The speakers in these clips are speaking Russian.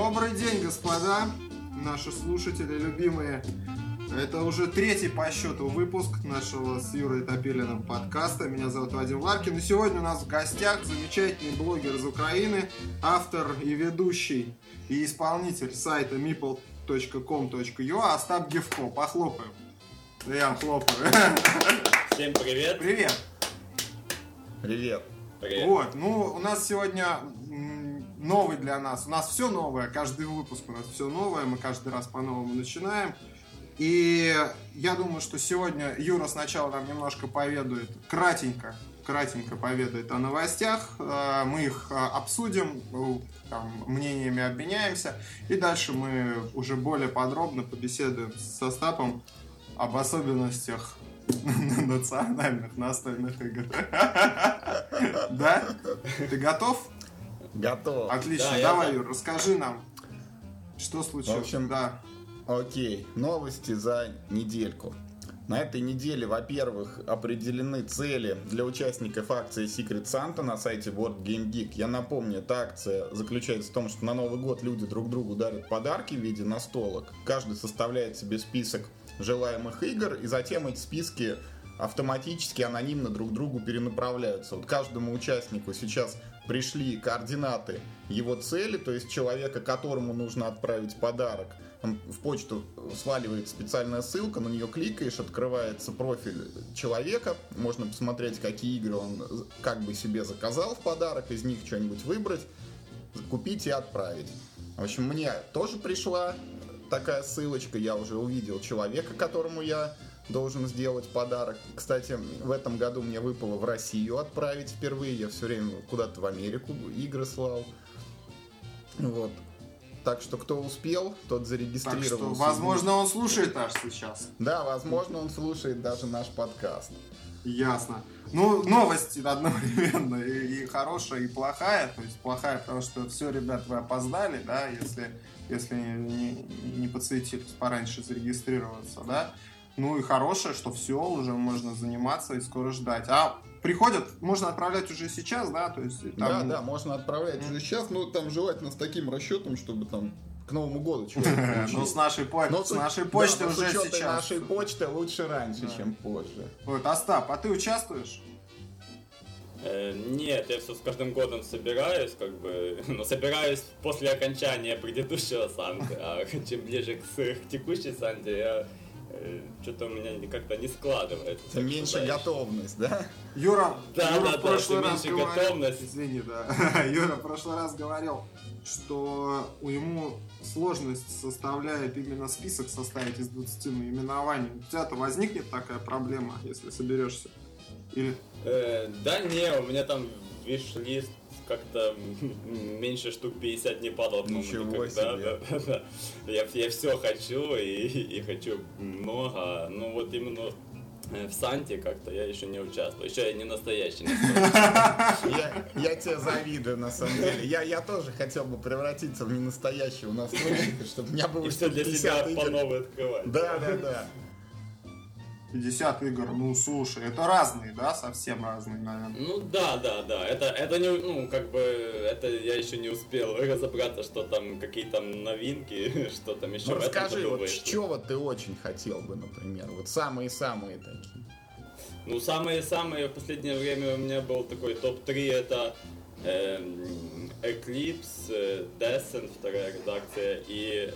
Добрый день, господа, наши слушатели любимые. Это уже третий по счету выпуск нашего с Юрой Топилиным подкаста. Меня зовут Вадим Лапкин. И сегодня у нас в гостях замечательный блогер из Украины, автор и ведущий и исполнитель сайта meeple.com.ua Остап Гевко. Похлопаем. Я хлопаю. Всем привет. Привет. Привет. Привет. Вот, ну, у нас сегодня новый для нас. У нас все новое, каждый выпуск у нас все новое, мы каждый раз по-новому начинаем. И я думаю, что сегодня Юра сначала нам немножко поведает, кратенько поведает о новостях. Мы их обсудим, там, мнениями обменяемся. И дальше мы уже более подробно побеседуем с Остапом об особенностях национальных настольных игр. Да? Ты готов? Готов. Отлично. Да, давай, я Юр, расскажи нам, что случилось. В общем, да. Окей, новости за недельку. На этой неделе, во-первых, определены цели для участников акции Secret Santa на сайте World Game Geek. Я напомню, эта акция заключается в том, что на Новый год люди друг другу дарят подарки в виде настолок. Каждый составляет себе список желаемых игр, и затем эти списки автоматически, анонимно друг другу перенаправляются. Вот каждому участнику сейчас пришли координаты его цели, то есть человека, которому нужно отправить подарок. В почту сваливает специальная ссылка, на нее кликаешь, открывается профиль человека, можно посмотреть, какие игры он как бы себе заказал в подарок, из них что-нибудь выбрать, купить и отправить. В общем, мне тоже пришла такая ссылочка, я уже увидел человека, которому я должен сделать подарок. Кстати, в этом году мне выпало в Россию отправить впервые, я все время куда-то в Америку игры слал. Вот. Так что кто успел, тот зарегистрировался. Так что, возможно, он слушает аж сейчас. Да, возможно, он слушает даже наш подкаст. Ясно. Ну, новость одновременно и хорошая, и плохая. То есть плохая, потому что все, ребят, вы опоздали, да, если не подсветились пораньше зарегистрироваться, да. Ну и хорошее, что все, уже можно заниматься и скоро ждать. А приходят, можно отправлять уже сейчас, да? То есть, там... Да, можно отправлять уже сейчас, но там желательно с таким расчетом, чтобы там к Новому году человек получил. Ну, с нашей почты уже сейчас. С нашей почты лучше раньше, чем позже. Вот, Остап, а ты участвуешь? Нет, я все с каждым годом собираюсь, но собираюсь после окончания предыдущего Санты, а чем ближе к текущей Санте, что-то у меня как-то не складывается. Меньше готовность, да? Юра в прошлый раз меньше говорил, готовность. извини, да. Юра в прошлый раз говорил, что ему сложность составляет именно список составить из 20 наименований. У тебя-то возникнет такая проблема, если соберешься? Или... Да не, у меня там виш-лист как-то меньше штук 50 не падал, по-моему, Ничего никогда. себе. Да. Я все хочу и хочу много. Ну вот именно в Санте как-то я еще не участвую. Еще я не настоящий. Я тебе завидую, на самом деле. Я тоже хотел бы превратиться в ненастоящего настольщика, чтобы у меня было И все для себя по новой открывать. Да. 50 игр, ну слушай, это разные, да, совсем разные, наверное. Ну да. Это не, это я еще не успел разобраться, что там, какие там новинки, что там еще. Ну расскажи, вот чего ты очень хотел бы, например, вот самые-самые такие. Ну самые-самые в последнее время у меня был такой топ-3, это Eclipse, Descent, вторая редакция, и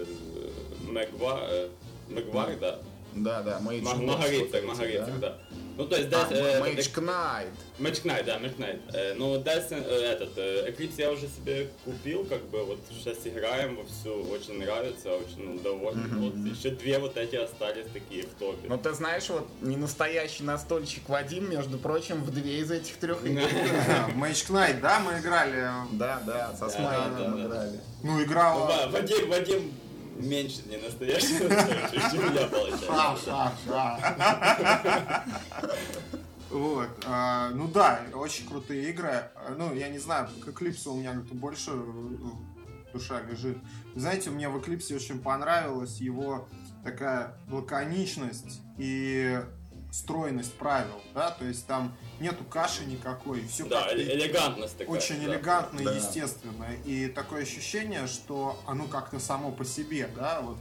Megwar, да. Да, Margherita, да. Ну, то есть, Mage Knight. Mage Knight. Ну, Eclipse я уже себе купил, вот сейчас играем вовсю, очень нравится, очень доволен. Вот еще две вот эти остались такие в топе. Ну, ты знаешь, вот ненастоящий настольщик Вадим, между прочим, в 2 из этих 3 игр. Mage Knight, да, мы играли. Да, со Смайлом играли. Ну, играл... Вадим меньше не настоящий, чем я получается. Вот. Ну да, очень крутые игры. Ну, я не знаю, к Eclipse у меня как-то больше душа лежит. Знаете, мне в Eclipse очень понравилась его такая лаконичность и стройность правил, да, то есть там нету каши никакой, все да, элегантность такая. Очень элегантно и естественно. И такое ощущение, что оно как-то само по себе, да, вот.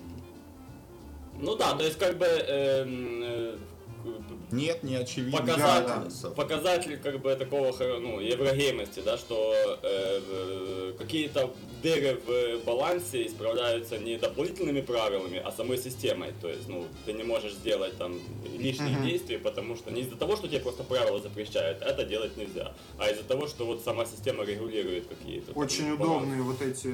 Ну да, то есть как бы нет, не очевидно. Показатель как бы такого, еврогеймности, да, что какие-то дыры в балансе исправляются не дополнительными правилами, а самой системой. То есть, ты не можешь сделать там лишние действия, потому что не из-за того, что тебе просто правила запрещают, это делать нельзя, а из-за того, что вот сама система регулирует какие-то. Очень удобные вот эти,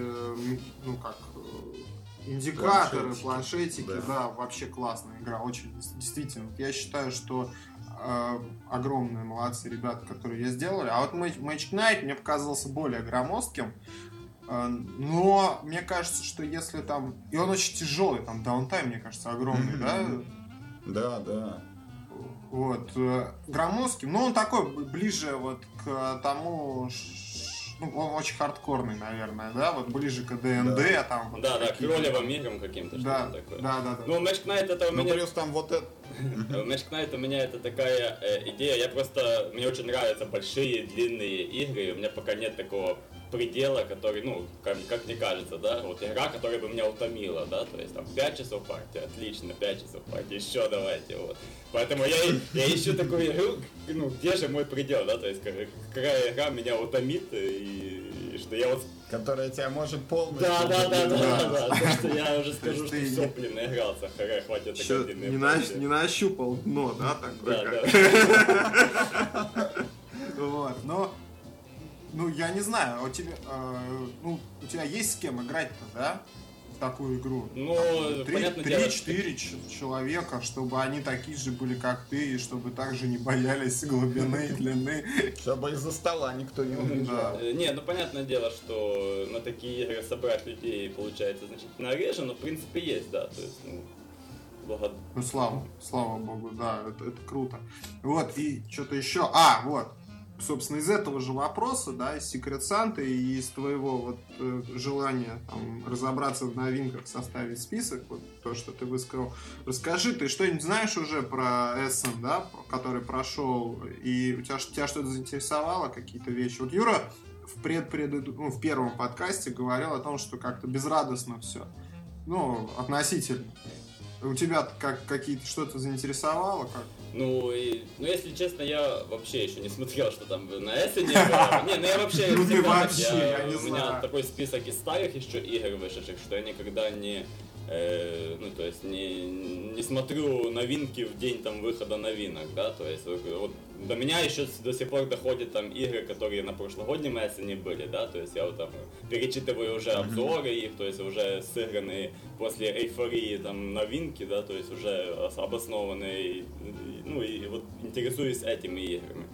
индикаторы, планшетики, да, вообще классная игра, очень действительно. Я считаю, что огромные молодцы ребята, которые ее сделали. А вот Magic Knight мне показался более громоздким, но мне кажется, что если там... И он очень тяжелый, там даунтайм, мне кажется, огромный, да? Да. Вот. Громоздким, но он такой ближе вот к тому... он очень хардкорный, наверное, да, вот ближе к ДНД, да. Там вот да, к ролевым играм каким-то, да, что-то такое. Да. Ну, Magic Knight это у меня... плюс там вот это... Magic Knight у меня это такая идея, мне очень нравятся большие, длинные игры, у меня пока нет такого предела, который, как мне кажется, да, вот игра, которая бы меня утомила, да, то есть там 5 часов партии, отлично, 5 часов партии, еще давайте, вот. Поэтому я ищу такую игру, где же мой предел, да, то есть какая игра меня утомит, и что я вот... Которая тебя может полностью... Да, то, что я уже скажу, что все, наигрался, хватит такой длинный партии. Не нащупал дно, да, такое? Да. Вот, но... я не знаю, у тебя есть с кем играть-то, да? В такую игру? 3-4 человека, чтобы они такие же были, как ты, и чтобы также не боялись глубины и длины. Чтобы из-за стола никто не убежал. Не, понятное дело, что на такие игры собрать людей получается значительно реже, но в принципе есть, да, то есть, слава богу, да, это круто. Вот, и что-то еще. Вот. Собственно, из этого же вопроса, да, из Secret Santa и из твоего вот желания там разобраться в новинках, составить список, вот то, что ты высказал. Расскажи, ты что-нибудь знаешь уже про Essen, да, который прошел, и тебя что-то заинтересовало, какие-то вещи? Вот Юра в первом подкасте говорил о том, что как-то безрадостно все, относительно. У тебя какие-то что-то заинтересовало? Как? Если честно, я вообще еще не смотрел, что там на Эссене было. Я вообще у меня такой список из старых еще игр вышедших, что я никогда не смотрю новинки в день там выхода новинок, да, то есть вот до меня еще до сих пор доходят там игры, которые на прошлогоднем Эссене были, да, то есть я вот там перечитываю уже обзоры их, то есть уже сыгранные после эйфории там новинки, да, то есть уже обоснованные, и вот интересуюсь этими играми.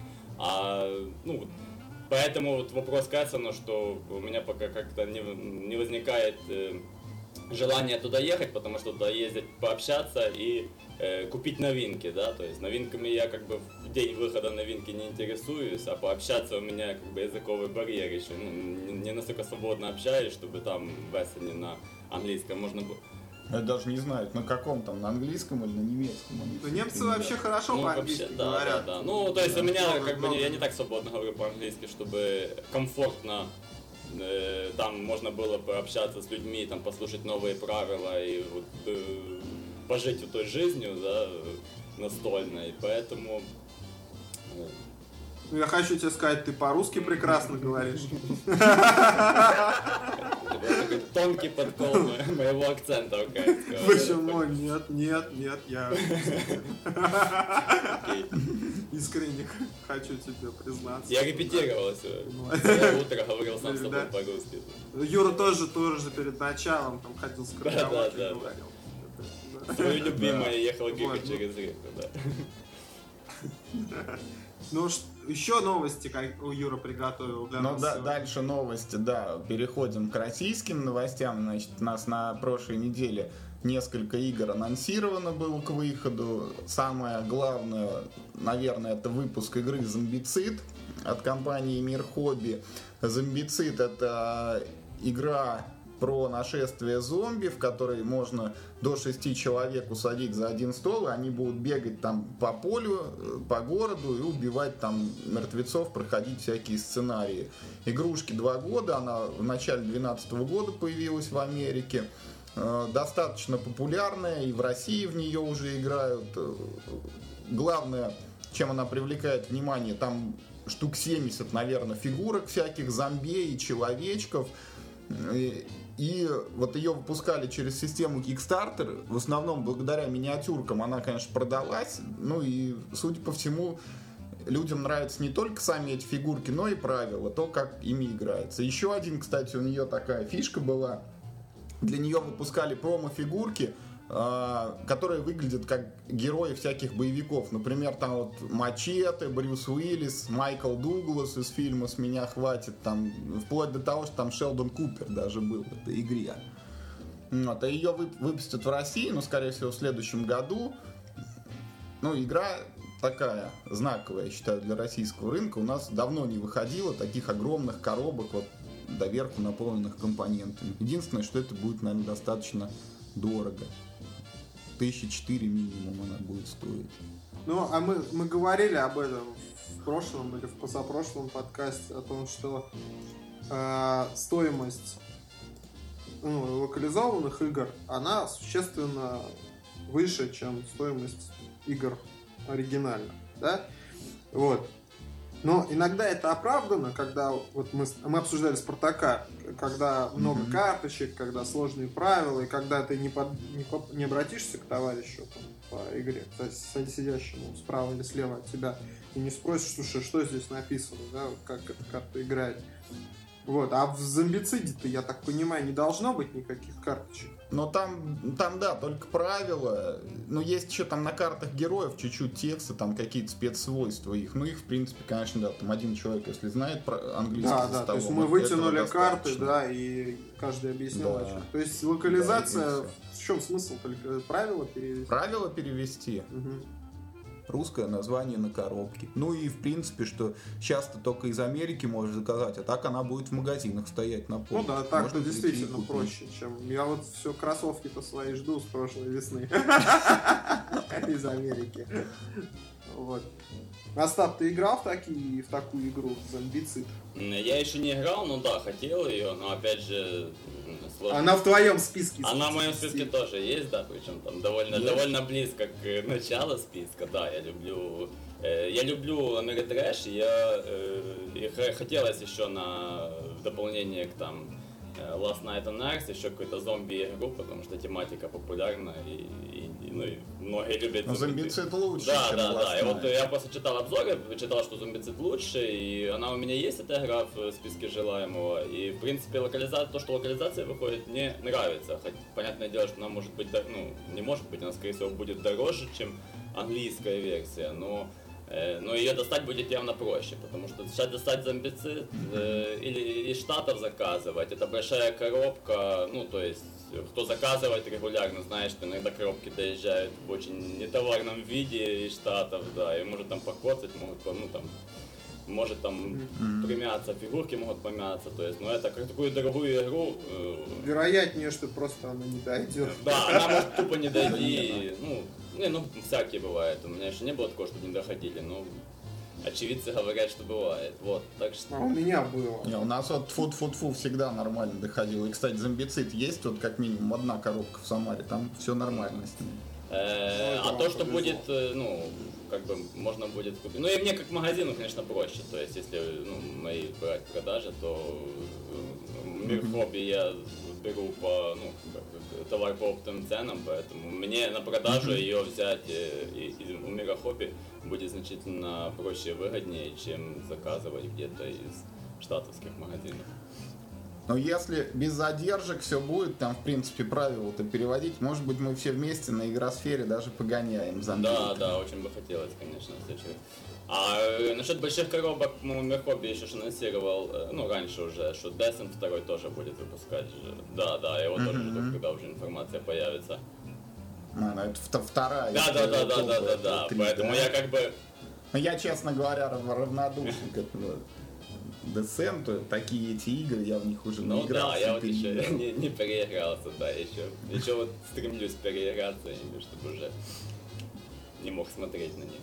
Поэтому вот вопрос к Эссену, что у меня пока как-то не возникает желание туда ехать, потому что туда ездить пообщаться и купить новинки, да, то есть новинками я как бы в день выхода новинки не интересуюсь, а пообщаться у меня как бы языковый барьер еще, не настолько свободно общаюсь, чтобы там в Эссене на английском можно было. Я даже не знаю, на каком там, на английском или на немецком. Немцы вообще хорошо по-английски говорят. Да. То есть у меня как бы я не так свободно говорю по-английски, чтобы комфортно там можно было пообщаться с людьми, там послушать новые правила и вот, пожить вот той жизнью, да, настольной, поэтому... Я хочу тебе сказать, ты по-русски прекрасно говоришь. Тонкий подкол моего акцента. Почему? Нет, я искренне хочу тебе признаться. Я репетировал сегодня. Утро говорил сам с собой по-русски. Юра тоже перед началом там ходил с караоке и говорил. Свою любимую ехал гигать через реку, да. Еще новости, как Юра приготовил для нас. Дальше новости, да. Переходим к российским новостям. Значит, у нас на прошлой неделе несколько игр анонсировано было к выходу. Самое главное, наверное, это выпуск игры Zombicide от компании Мир Хобби. Zombicide — это игра про нашествие зомби, в которой можно до 6 человек усадить за один стол, и они будут бегать там по полю, по городу и убивать там мертвецов, проходить всякие сценарии. Игрушке 2 года, она в начале 2012 года появилась в Америке. Достаточно популярная, и в России в нее уже играют. Главное, чем она привлекает внимание, там штук 70, наверное, фигурок всяких, зомбей и человечков. И вот ее выпускали через систему Kickstarter, в основном благодаря миниатюркам она, конечно, продалась. Ну и, судя по всему, людям нравятся не только сами эти фигурки, но и правила, то, как ими играется. Еще один, кстати, у нее такая фишка была. Для нее выпускали промо-фигурки, которые выглядят как герои всяких боевиков. Например, там вот Мачете, Брюс Уиллис, Майкл Дуглас из фильма «С меня хватит», там, вплоть до того, что там Шелдон Купер даже был в этой игре. Вот, а ее выпустят в России, но, скорее всего, в следующем году. Ну, игра такая знаковая, я считаю, для российского рынка. У нас давно не выходило таких огромных коробок, вот, доверху наполненных компонентами. Единственное, что это будет, наверное, достаточно дорого. 1004 минимум она будет стоить. Ну, а мы говорили об этом в прошлом или в позапрошлом подкасте, о том, что стоимость локализованных игр, она существенно выше, чем стоимость игр оригинальных, да? Вот. Но иногда это оправдано, когда вот мы обсуждали «Спартака», когда много карточек, когда сложные правила, и когда ты не обратишься к товарищу там, по игре, сидящему справа или слева от тебя, и не спросишь, слушай, что здесь написано, да, как эта карта играет. Вот. А в «Зомбициде»-то, я так понимаю, не должно быть никаких карточек. Но там да, только правила. Но есть еще там на картах героев чуть-чуть текста, там какие-то спецсвойства их. Ну, их, в принципе, конечно, да, там один человек, если знает про английский да, за столом, то есть мы вытянули карты, да, и каждый объяснил. Да. То есть локализация, да, в чем смысл? Только правила перевести? Правила перевести. Русское название на коробке. Ну и в принципе, что часто только из Америки можешь заказать, а так она будет в магазинах стоять на полке. Ну да, так-то действительно проще, чем... Я вот все кроссовки-то свои жду с прошлой весны. Из Америки. Вот. Остап, ты играл в такую игру, «Зомбицид»? Я еще не играл, но да, хотел ее, но опять же... Сложно. Она в твоем списке? Она в моем списке тоже есть, да, причем там довольно близко к началу списка, да, я люблю Америтрэш, и хотелось еще в дополнение к там Last Night on Earth еще какую-то зомби-игру, потому что тематика популярна, и многие любят. Но «Зомбицид» лучше, да, чем да, Last да. И Night. вот я просто читал обзоры, читал, что «Зомбицид» лучше, и она у меня есть, эта игра, в списке желаемого. И, в принципе, то, что локализация выходит, мне нравится. Хотя, понятное дело, что она может быть, не может быть, она, скорее всего, будет дороже, чем английская версия, но ее достать будет явно проще, потому что сейчас достать «Зомбицид» или из Штатов заказывать, это большая коробка, ну, то есть, кто заказывает регулярно, знает, что иногда коробки доезжают в очень нетоварном виде из Штатов, да, и может там покоцать, может там примяться, фигурки могут помяться, то есть, это как такую дорогую игру. Вероятнее, что просто она не дойдет. Да, она может тупо не дойти, всякие бывают. У меня еще не было такого, чтобы не доходили, но очевидцы говорят, что бывает. Вот, так что... А у меня было. Не, у нас вот фу-фу-фу всегда нормально доходило. И, кстати, «Зомбицид» есть, вот как минимум одна коробка в Самаре, там все нормально с ним. А то, что будет, можно будет купить. Ну и мне как магазину, конечно, проще. То есть, если мои брать продажи, то Мир Хобби я беру товар по оптовым ценам, поэтому мне на продажу ее взять у Мира Хобби будет значительно проще и выгоднее, чем заказывать где-то из штатовских магазинов. Но если без задержек все будет, там, в принципе, правила-то переводить, может быть, мы все вместе на игросфере даже погоняем за мной. Да, очень бы хотелось, конечно, встречать. А насчет больших коробок, Мир Хобби еще анонсировал, раньше уже, что Descent 2 тоже будет выпускать. Да, его тоже жду, когда уже информация появится. Это вторая. Да, поэтому я как бы... Я, честно говоря, равнодушен к этому. Descent, такие эти игры, я в них уже Ну наигрался. да, я вот еще переиграл. не переигрался, да, еще вот стремлюсь переиграться, чтобы уже не мог смотреть на них,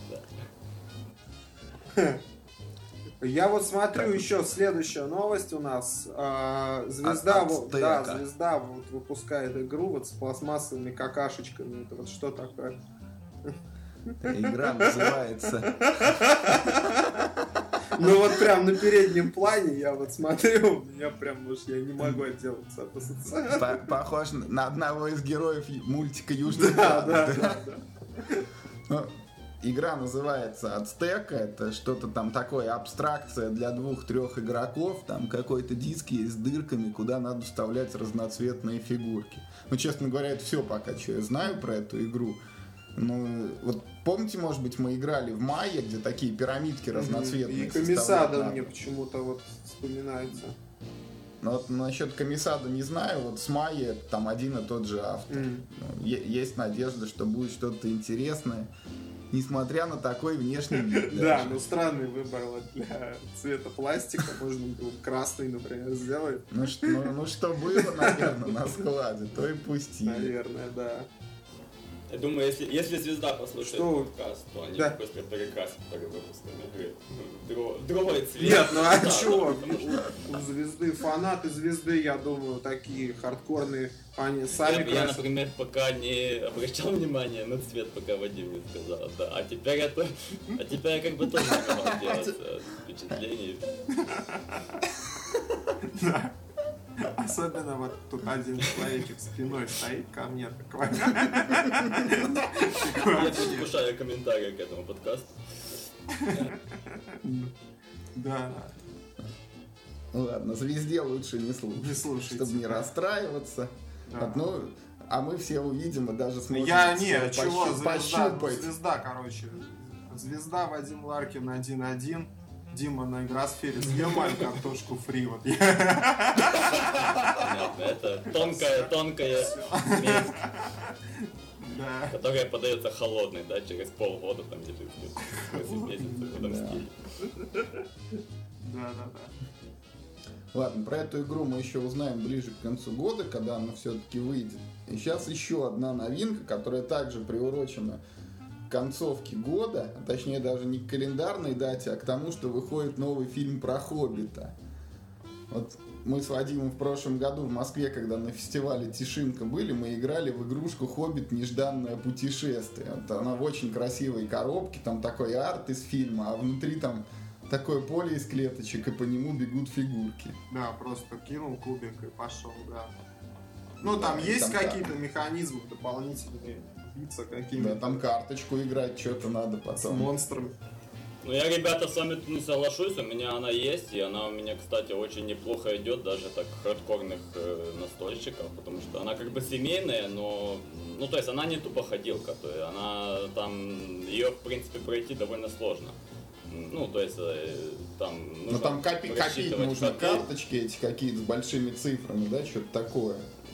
да. Я вот смотрю еще следующая новость у нас. Звезда, Ацтека. Звезда вот выпускает игру вот с пластмассовыми какашечками. Это вот что такое? Игра называется... Ну вот прям на переднем плане я вот смотрю, я прям уж я не могу отделаться от ассоциации. Похож на одного из героев мультика «Южный Да, парк». да. Ну, игра называется Ацтека, это что-то там такое, абстракция для 2-3 игроков, там какой-то диск есть с дырками, куда надо вставлять разноцветные фигурки. Ну, честно говоря, это все пока, что я знаю про эту игру. Ну, вот помните, может быть, мы играли в Майе, где такие пирамидки разноцветные. И Комиссада мне почему-то вот вспоминается. Ну, вот насчет Комиссада не знаю, вот с Майей там один и тот же автор. Ну, есть надежда, что будет что-то интересное, несмотря на такой внешний вид. Да, но странный выбор вот для цвета пластика. Можно было красный, например, сделать. Ну, что было, наверное, на складе, то и пустили. Наверное, да. Я думаю, если звезда послушает Что? подкаст, то они Да. быстро перекрасят перевыпуском игры. Другой цвет. Нет, ну а Да, чего? потому что- У звезды, фанаты звезды, я думаю, такие хардкорные, они сами Я, красят. например, пока не обращал внимания на цвет, пока Вадим не сказал, да. А теперь я как бы тоже не могу делать впечатлений. Особенно вот тут один человечек спиной стоит ко мне такой. Я предвкушаю комментарии к этому подкасту. Да, Ну ладно, звезде лучше не слушать, не слушайте. чтобы не расстраиваться. Да. Вот, ну, а мы все увидим и даже сможем Я всё не, чего, звезда, пощупать. звезда, короче. Звезда Вадим Ларкин 1-1. Дима на игросфере съемай картошку фри. Вот я. Понятно, это тонкая месть, Да. которая подается холодной, да, через полгода там где-то 8 месяцев в этом Да. стиле. Да. Ладно, про эту игру мы еще узнаем ближе к концу года, когда она все-таки выйдет. И сейчас еще одна новинка, которая также приурочена к концовке года, а точнее даже не к календарной дате, а к тому, что выходит новый фильм про Хоббита. Вот мы с Вадимом в прошлом году в Москве, когда на фестивале Тишинка были, мы играли в игрушку «Хоббит. Нежданное путешествие». Вот она в очень красивой коробке, там такой арт из фильма, а внутри там такое поле из клеточек, и по нему бегут фигурки. Да, просто кинул кубик и пошел, да. Ну, там Да, есть там какие-то механизмы дополнительные, биться какими-то Да, там карточку играть что-то надо с потом. монстрами. Ну, я, ребята, с вами тут не соглашусь, у меня она есть, и она у меня, кстати, очень неплохо идет, даже так хардкорных настольщиков, потому что она как бы семейная, но, ну, то есть она не тупо ходилка, то есть она там, ее, в принципе, пройти довольно сложно. Ну, то есть там нужно Ну там копить рассчитывать нужно ходы. карточки эти какие-то с большими цифрами, да, что-то такое.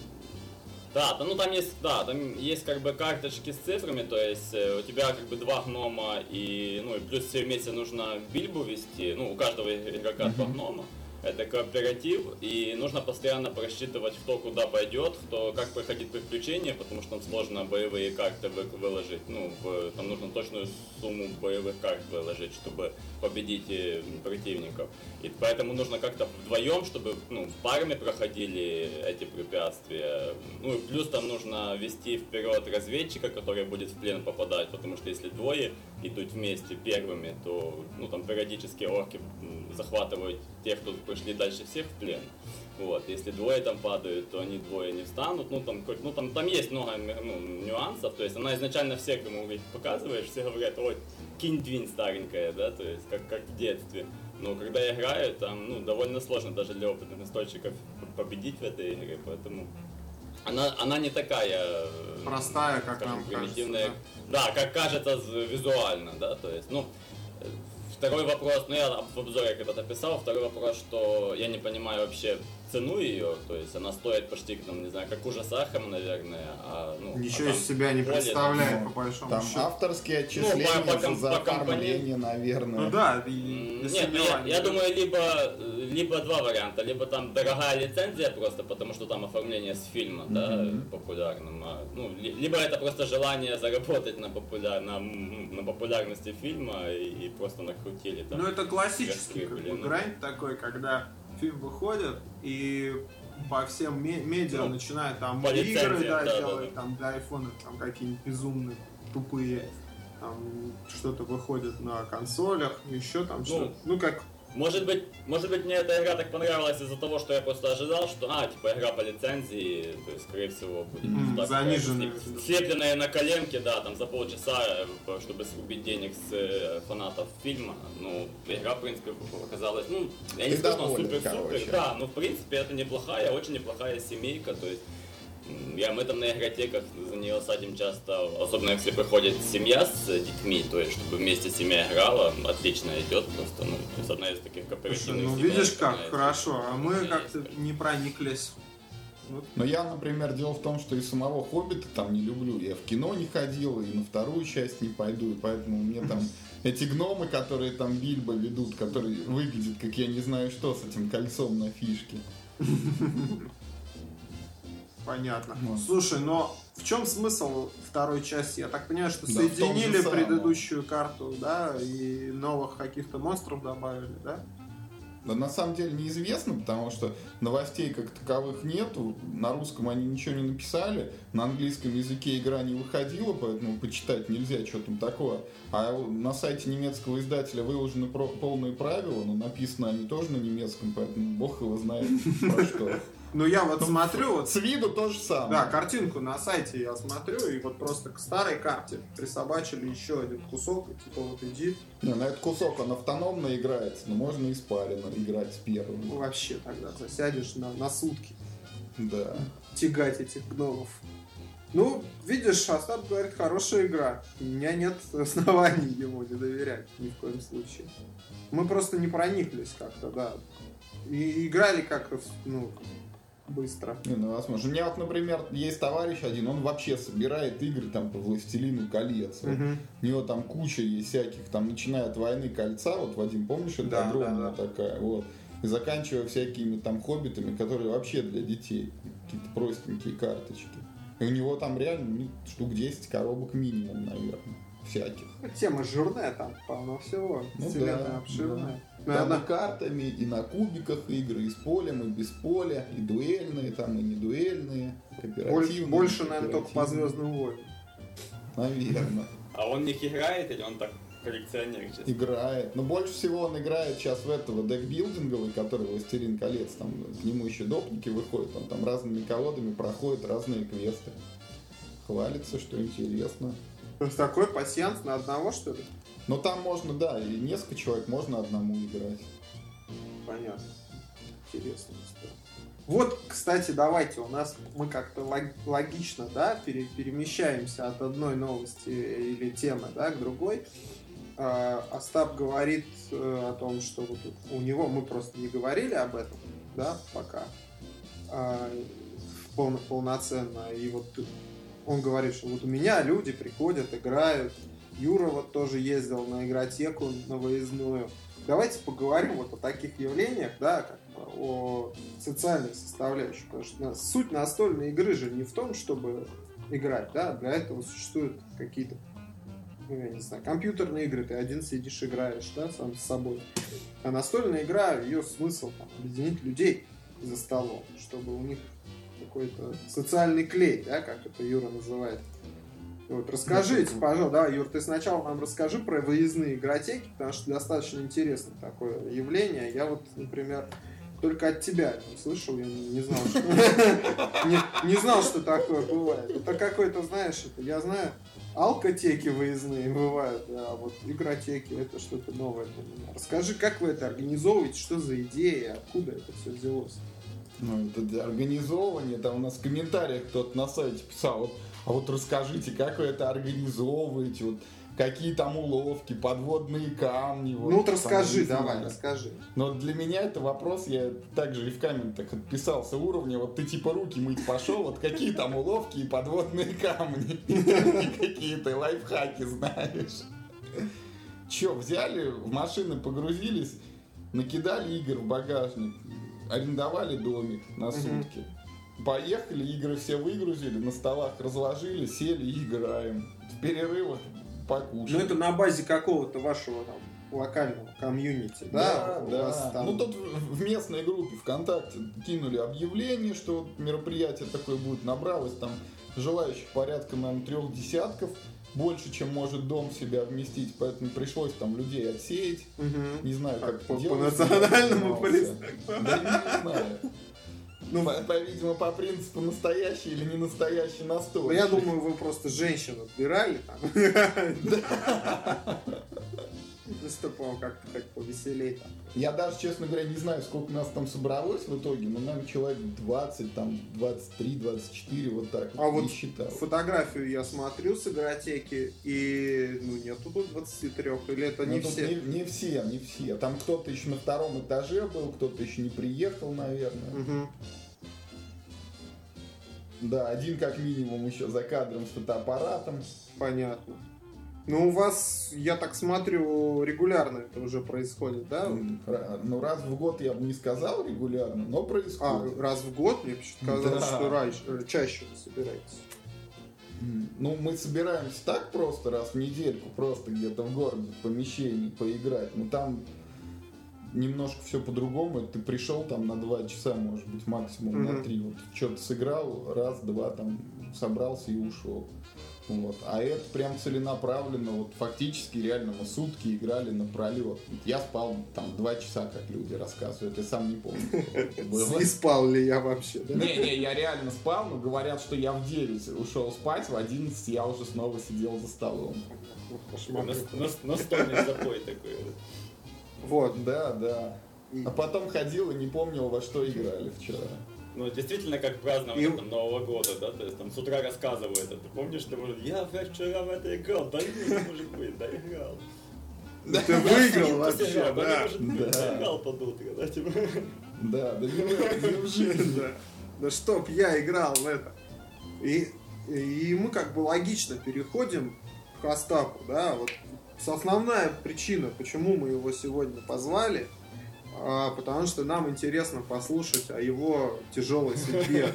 Да, ну там есть как бы карточки с цифрами, то есть у тебя как бы 2 гнома и, ну, и плюс все вместе нужно бильбу вести, ну, у каждого игрока 2 гнома. Это кооператив, и нужно постоянно просчитывать, кто куда пойдет, кто как проходить приключения, потому что там сложно боевые карты выложить. Ну, там нужно точную сумму боевых карт выложить, чтобы победить противников. И поэтому нужно как-то вдвоем, чтобы, ну, в парами проходили эти препятствия. Ну и плюс там нужно вести вперед разведчика, который будет в плен попадать, потому что если двое идут вместе первыми, то, ну, там периодически орки захватывают тех, кто пришли дальше всех в плен. Вот. Если двое там падают, то они двое не встанут. Там есть много нюансов. То есть она изначально всех, кому показываешь, все говорят: ой, кинь-двинь старенькая, да, то есть как в детстве. Но когда играю, там, довольно сложно даже для опытных настольщиков победить в этой игре, поэтому она не такая Простая, как скажем, нам примитивная. кажется, Да, как кажется визуально, да, то есть, второй вопрос, я в обзоре когда-то писал, второй вопрос, что я не понимаю вообще цену ее, то есть она стоит почти, там, не знаю, как ужас Архама, наверное, Ничего из себя не представляет, по большому Там счету. авторские отчисления за оформление, наверное. Ну да, Нет, я думаю, либо либо два варианта. Либо там дорогая лицензия просто, потому что там оформление с фильма, да, популярным. Ну, либо это просто желание заработать на популярности фильма и просто накрутили там. Ну, это классический грань такой, когда фильм выходит и по всем медиа начинают там игры делать, там для айфона там какие-нибудь безумные, тупые, там что-то выходит на консолях, еще там что-то. Ну, как... Может быть, мне эта игра так понравилась из-за того, что я просто ожидал, что, типа, игра по лицензии, то есть, скорее всего, будет заниженная. Слепленная на коленке, да, там, за полчаса, чтобы срубить денег с фанатов фильма. Ну, игра, в принципе, оказалась, ну, я не скажу, что супер-супер, да, но, в принципе, это неплохая, очень неплохая семейка, то есть, мы там на игротеках за нее садим часто, особенно если приходит семья с детьми, то есть чтобы вместе семья играла, отлично идет просто, ну, то есть одна из таких кооперативных. Ну видишь как, хорошо, а мы как-то не прониклись. Но я, например, дело в том, что и самого Хоббита там не люблю, я в кино не ходил, и на вторую часть не пойду, и поэтому мне там эти гномы, которые там Бильбо ведут, которые выглядят как я не знаю что с этим кольцом на фишке. Понятно. Слушай, но в чем смысл второй части? Я так понимаю, что соединили предыдущую карту, да, и новых каких-то монстров добавили, да? Да на самом деле неизвестно, потому что новостей как таковых нету, на русском они ничего не написали, на английском языке игра не выходила, поэтому почитать нельзя, что там такое. А на сайте немецкого издателя выложены полные правила, но написаны они тоже на немецком, поэтому бог его знает про что. Ну я вот смотрю... Вот, с виду то же самое. Да, картинку на сайте я смотрю, и вот просто к старой карте присобачили еще один кусок, и типа вот иди. Не, на этот кусок он автономно играется, но можно и спаренно играть с первым. Ну вообще тогда засядешь на сутки. Да. Тягать этих гномов. Ну, видишь, Остап говорит, хорошая игра. У меня нет оснований ему не доверять ни в коем случае. Мы просто не прониклись как-то, да. И играли как-то, ну... быстро. Ну, возможно. У меня вот, например, есть товарищ один, он вообще собирает игры там по «Властелину колец». Вот. У него там куча есть всяких, там, начиная от «Войны кольца», вот, Вадим, помнишь, это огромная такая, вот, и заканчивая всякими там «Хоббитами», которые вообще для детей, какие-то простенькие карточки. И у него там реально штук 10 коробок минимум, наверное, всяких. Тема жирная там, полно всего. Ну, вселенная обширная. Да. Там и картами, и на кубиках игры, и с полем, и без поля, и дуэльные, там, и не дуэльные, кооперативные. Больше, наверное, только по «Звездным войнам». Наверное. А он в них играет или он так коллекционер? Честно? Играет. Но больше всего он играет сейчас в этого декбилдинговый, который «Властелин колец». Там к нему еще допники выходят, он там разными колодами проходит разные квесты. Хвалится, что интересно. То есть такой пассианс на одного, что ли? Но там можно, да, и несколько человек можно одному играть. Понятно. Интересно. Вот, кстати, давайте, мы как-то логично, да, перемещаемся от одной новости или темы, да, к другой. Остап говорит о том, что вот у него, мы просто не говорили об этом, да, пока полноценно. И вот он говорит, что вот у меня люди приходят, играют. Юра вот тоже ездил на игротеку, на выездную. Давайте поговорим вот о таких явлениях, да, как о социальной составляющей. Потому что суть настольной игры же не в том, чтобы играть, да, для этого существуют какие-то, ну, я не знаю, компьютерные игры, ты один сидишь, играешь, да, сам с собой. А настольная игра, ее смысл там, объединить людей за столом, чтобы у них какой-то социальный клей, да, как это Юра называет. Вот, расскажите, пожалуйста, да, Юр, ты сначала нам расскажи про выездные игротеки, потому что достаточно интересное такое явление. Я вот, например, только от тебя слышал, я не знал, что не знал, что такое бывает. Это какой-то, знаешь, я знаю, алкотеки выездные бывают, а вот игротеки это что-то новое для меня. Расскажи, как вы это организовываете, что за идея, откуда это все взялось? Ну, это для организовывания, там у нас в комментариях кто-то на сайте писал, а вот расскажите, как вы это организовываете, вот какие там уловки, подводные камни. Вот, ну вот расскажи, давай, расскажи. Но для меня это вопрос, я также и в комментах отписался уровня, вот ты типа руки мыть пошел, вот какие там уловки и подводные камни, какие ты лайфхаки знаешь. Че, взяли, в машины погрузились, накидали игр в багажник, арендовали домик на сутки. Поехали, игры все выгрузили, на столах разложили, сели и играем. В перерывах покушали. Ну это на базе какого-то вашего там локального комьюнити, да? Да, да. Там... Ну тут в местной группе ВКонтакте кинули объявление, что вот мероприятие такое будет, набралось там желающих порядка, наверное, 3 десятков. Больше, чем может дом в себя вместить, поэтому пришлось там людей отсеять. Не знаю, как по делать. национальному признаку. Да не знаю. Ну, по-видимому, по принципу настоящий или не настоящий настой. Ну, я думаю, вы просто женщин отбирали там. Чтобы вам как-то так повеселее там. Я даже, честно говоря, не знаю, сколько нас там собралось в итоге, но, наверное, человек 20, там, 23, 24, вот так А вот вот считал. Фотографию я смотрю с игротеки, и ну нету тут 23, или это не все? Не все. Там кто-то еще на 2-м этаже был, кто-то еще не приехал, наверное. Угу. Да, один как минимум еще за кадром с фотоаппаратом. Понятно. Ну, у вас, я так смотрю, регулярно это уже происходит, да? Ну, раз в год я бы не сказал регулярно, но происходит. Раз в год? Мне почему-то казалось, Да. что раньше, чаще вы собираетесь. Ну, мы собираемся так просто раз в недельку, просто где-то в городе, в помещении поиграть. Но там немножко все по-другому. Ты пришел там на 2 часа, может быть, максимум на 3. Вот что-то сыграл, раз-два там собрался и ушел. Вот. А это прям целенаправленно, вот фактически реально мы сутки играли напролет. Я спал там 2 часа, как люди рассказывают, я сам не помню. Не спал ли я вообще, да? Не, я реально спал, но говорят, что я в 9 ушел спать, в 11 я уже снова сидел за столом. Настольный запой такой. Вот. Да. А потом ходил и не помнил, во что играли вчера. Ну, действительно, как празднование там, Нового года, да, то есть там с утра рассказывают, а ты помнишь, ты можешь, я вчера в это играл, да нет, может быть, да играл. Ты выиграл вообще, да. да. Играл под утро, да, типа. Да, не в жизни. Да чтоб я играл в это. И мы как бы логично переходим к Остапу, да, вот основная причина, почему мы его сегодня позвали, потому что нам интересно послушать о его тяжелой судьбе.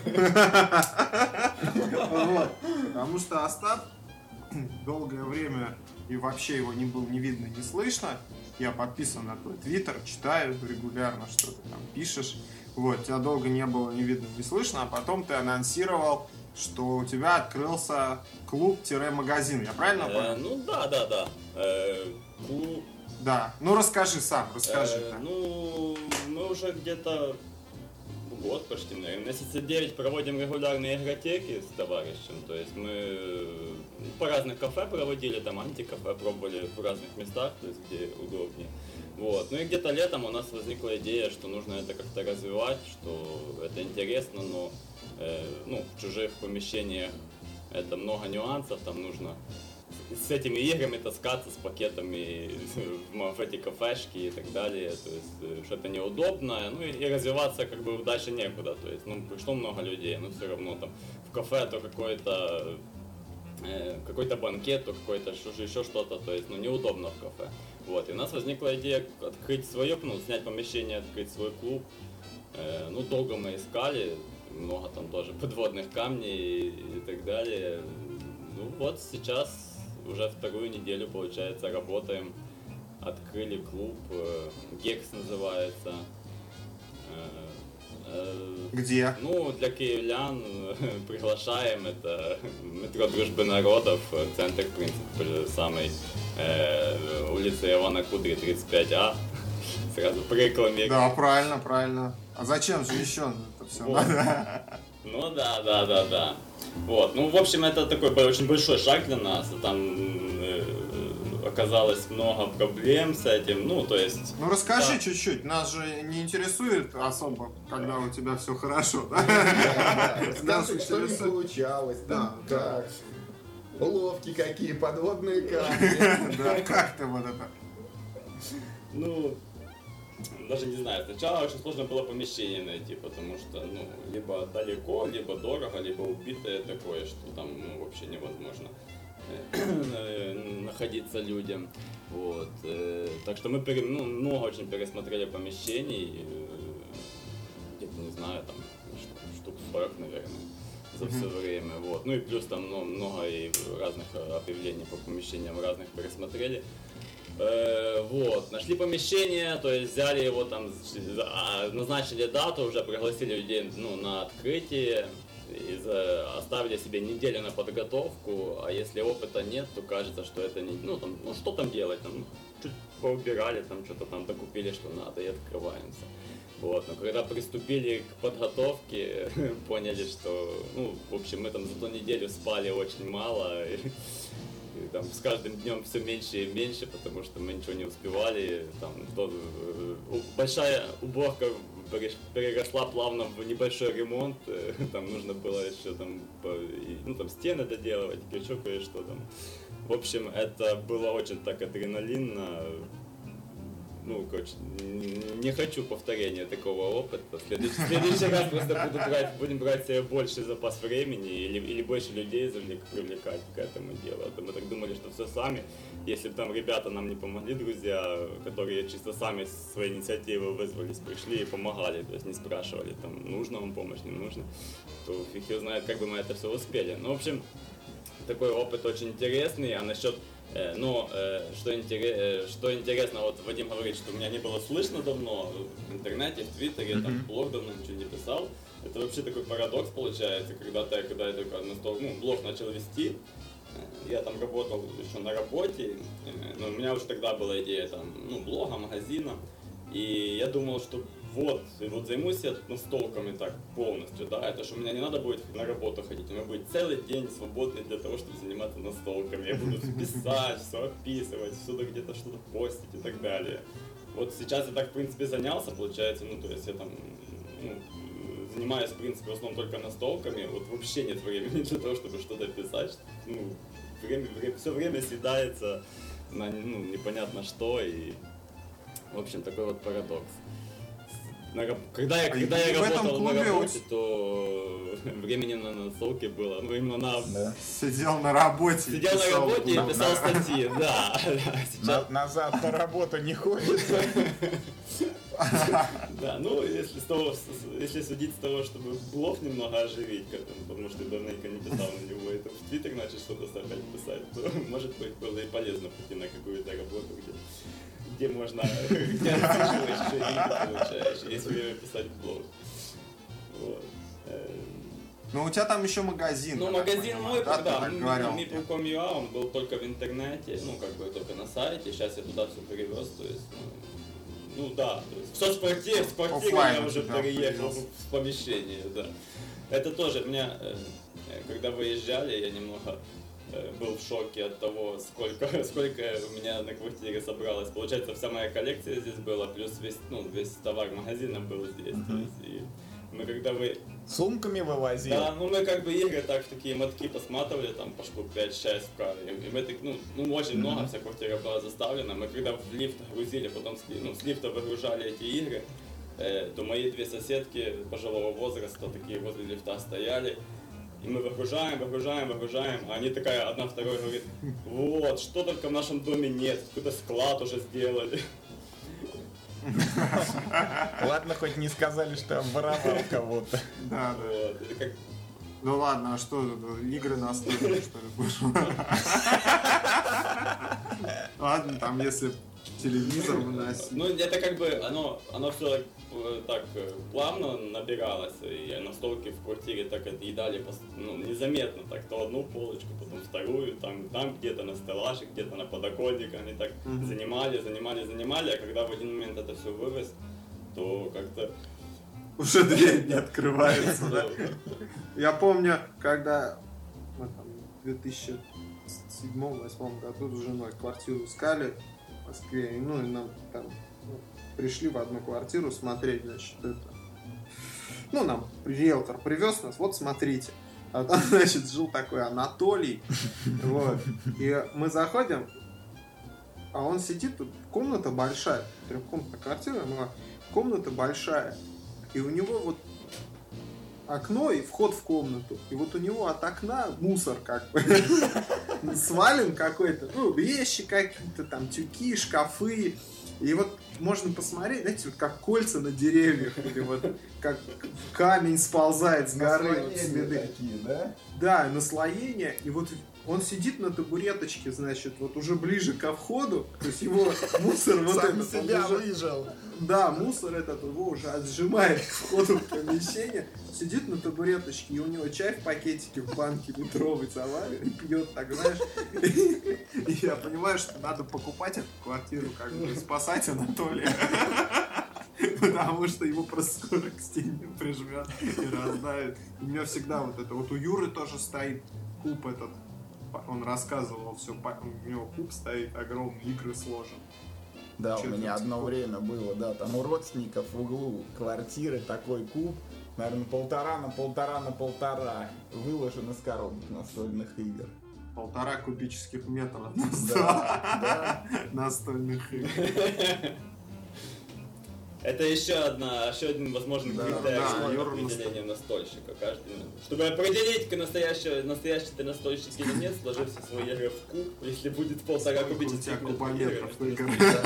Потому что Остап долгое время и вообще его не было ни видно, ни слышно. Я подписан на твой твиттер, читаю регулярно, что ты там пишешь. Вот, тебя долго не было ни видно, ни слышно, а потом ты анонсировал, что у тебя открылся клуб-магазин. Я правильно понял? Ну да. Клуб. Да, ну расскажи сам, расскажи. Ну, мы уже где-то год почти, наверное, месяца 9 проводим регулярные игротеки с товарищем. То есть мы по разных кафе проводили, там антикафе пробовали в разных местах, то есть где удобнее. Вот. Ну и где-то летом у нас возникла идея, что нужно это как-то развивать, что это интересно, но в чужих помещениях это много нюансов, там нужно с этими играми таскаться, с пакетами в эти кафешки и так далее, то есть что-то неудобно, ну и развиваться как бы дальше некуда, то есть, пришло много людей, но все равно там в кафе то какой-то банкет, то какой-то еще что-то, то есть, неудобно в кафе. Вот, и у нас возникла идея открыть свое, снять помещение, открыть свой клуб, долго мы искали, много там тоже подводных камней и так далее, вот сейчас уже 2-ю неделю, получается, работаем. Открыли клуб, Гекс называется. Где? Для киевлян приглашаем, это метро Дружбы Народов, центр, в принципе, самый, улица Ивана Кудри, 35А. Сразу по рекламе. Да, правильно. А зачем же еще это все надо? Ну да. Вот, в общем, это такой очень большой шаг для нас. Там оказалось много проблем с этим, то есть... Расскажи чуть-чуть, нас же не интересует особо, когда у тебя все хорошо, да? Расскажи, что не получалось, как, уловки какие, подводные камни. Да, как ты вот это? Даже не знаю, сначала очень сложно было помещение найти, потому что, либо далеко, либо дорого, либо убитое такое, что там вообще невозможно находиться людям. Вот. Так что мы много очень пересмотрели помещений, где-то, не знаю, там штук 40, наверное, за все время. Вот. Ну и плюс там много и разных объявлений по помещениям разных пересмотрели. Вот, нашли помещение, то есть взяли его там, назначили дату, уже пригласили людей на открытие, оставили себе неделю на подготовку, а если опыта нет, то кажется, что это не, что там делать, там чуть поубирали, там что-то там докупили, что надо, и открываемся. Вот, но когда приступили к подготовке, поняли, что, в общем, мы там за ту неделю спали очень мало, и там с каждым днем все меньше и меньше, потому что мы ничего не успевали, там большая уборка переросла плавно в небольшой ремонт, там нужно было еще там стены доделывать, еще кое-что там. В общем, это было очень так адреналинно. Не хочу повторения такого опыта. В следующий раз просто будем брать себе больше запас времени или больше людей привлекать к этому делу. А то мы так думали, что все сами. Если бы там ребята нам не помогли, друзья, которые чисто сами с своей инициативы вызвались, пришли и помогали, то есть не спрашивали, там, нужна вам помощь, не нужна, то фиг его знает, как бы мы это все успели. В общем, такой опыт очень интересный, а насчет что интересно, вот Вадим говорит, что меня не было слышно давно в интернете, в Твиттере, там блог давно ничего не писал. Это вообще такой парадокс получается, когда я только блог начал вести, я там работал еще на работе, но у меня уже тогда была идея там, блога, магазина, и я думал, что вот займусь я настолками так полностью, да, это что у меня не надо будет на работу ходить, у меня будет целый день свободный для того, чтобы заниматься настолками, я буду писать, все описывать, всюду где-то что-то постить и так далее. Вот сейчас я так, в принципе, занялся, получается, то есть я там, занимаюсь, в принципе, в основном только настолками, вот вообще нет времени для того, чтобы что-то писать, все время съедается на, непонятно что, и, в общем, такой вот парадокс. Когда я работал на работе, то времени на настолке было. Сидел на работе. Сидел на работе и писал статьи, да. Сейчас... Назад на работу не ходит. Да, если судить с того, чтобы блог немного оживить, потому что давненько не писал на него, это в Твиттер начал что-то опять писать, то, может быть, было и полезно пойти на какую-то работу, где можно, где отсиживаешь, еще и деньги получаешь, есть время писать блог. Вот. Ну, у тебя там еще магазин. Магазин мой, да, Meeple.com.ua, он был только в интернете, только на сайте, сейчас я туда все перевез, то есть, то есть в соцквартире я уже переехал в помещение, да. Это тоже меня, когда выезжали, я немного был в шоке от того, сколько у меня на квартире собралось. Получается, вся моя коллекция здесь была, плюс весь товар магазина был здесь. То есть, и мы когда сумками вывозили? Да, мы игры так в такие мотки посматривали, там по штук 5-6 в кадре. И мы очень много, вся квартира была заставлена. Мы когда в лифт грузили, потом с лифта выгружали эти игры, то мои две соседки пожилого возраста такие возле лифта стояли. И мы выгружаем, а они такая, одна второй говорит, вот, что только в нашем доме нет, какой-то склад уже сделали. Ладно, хоть не сказали, что я воровал кого-то. Да. Ну ладно, а что, игры настольные, что ли, будешь? Ладно, там если телевизор выносить. Это оно все так плавно набиралось, и настолки в квартире так отъедали незаметно, так то одну полочку, потом вторую, там где-то на стеллаже, где-то на подоконниках, они так занимали, а когда в один момент это все вывез, то как-то... Уже дверь не открывается, да? Я помню, когда мы там в 2007-2008 году с женой квартиру искали в Москве, и нам там пришли в одну квартиру смотреть, значит, это... нам риэлтор привез нас, вот смотрите. А там, значит, жил такой Анатолий, вот. И мы заходим, а он сидит, тут комната большая, трехкомнатная квартира, но комната большая. И у него вот окно и вход в комнату. И вот у него от окна мусор как бы. свален какой-то, ну, вещи какие-то, там, тюки, шкафы. И вот можно посмотреть, знаете, вот как кольца на деревьях, или вот как камень сползает с горы, вот следы. Такие, да? Да, наслоение, и вот он сидит на табуреточке, значит, вот уже ближе ко входу, то есть его мусор вот Сам этот, себя он уже, выжил. да, мусор этот его уже отжимает к входу в помещение, сидит на табуреточке, и у него чай в пакетике в банке литровый заварен, и пьет, так, знаешь, и я понимаю, что надо покупать эту квартиру, как бы спасать Анатолия. Потому что его просто скоро к стене прижмет и раздавит. У меня всегда вот это, вот у Юры тоже стоит куб этот, он рассказывал все, у него куб стоит огромный, игры сложен. Да, Чё у меня это одно такое? время было, да, там у родственников в углу квартиры такой куб, наверное, 1,5 на 1,5 выложен из коробок настольных игр. 1,5 кубических метра Да, настольных игр. Это еще один возможный Да, критерий да, Юра определения настольщика. Чтобы определить, настоящий ты настольщик или нет, сложи все свои игры в куб, если будет 1,5 У тебя кубических кубометров метров.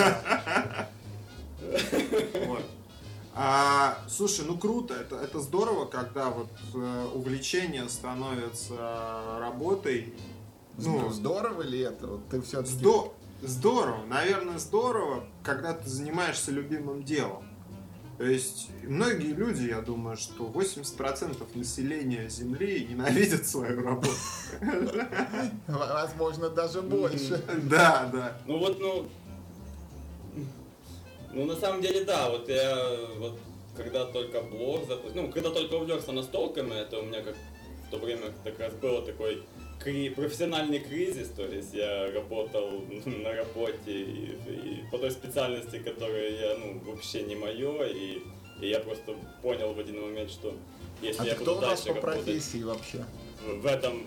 Вот. Слушай, ну круто, это здорово, когда вот увлечение становится работой. Ну, Здорово ли это? Вот ты все-таки... Здорово, наверное, здорово, когда ты занимаешься любимым делом. То есть многие люди, я думаю, что 80% населения Земли ненавидят свою работу. Возможно, даже больше. Да, да. Ну, на самом деле, да, вот я, когда только блог запустил, когда только увлекся настолками, это у меня как в то время как раз было такой профессиональный кризис, то есть я работал на работе и по той специальности, которая я, вообще не мое, и я просто понял в один момент, что если я буду дальше по работать профессии вообще? в этом,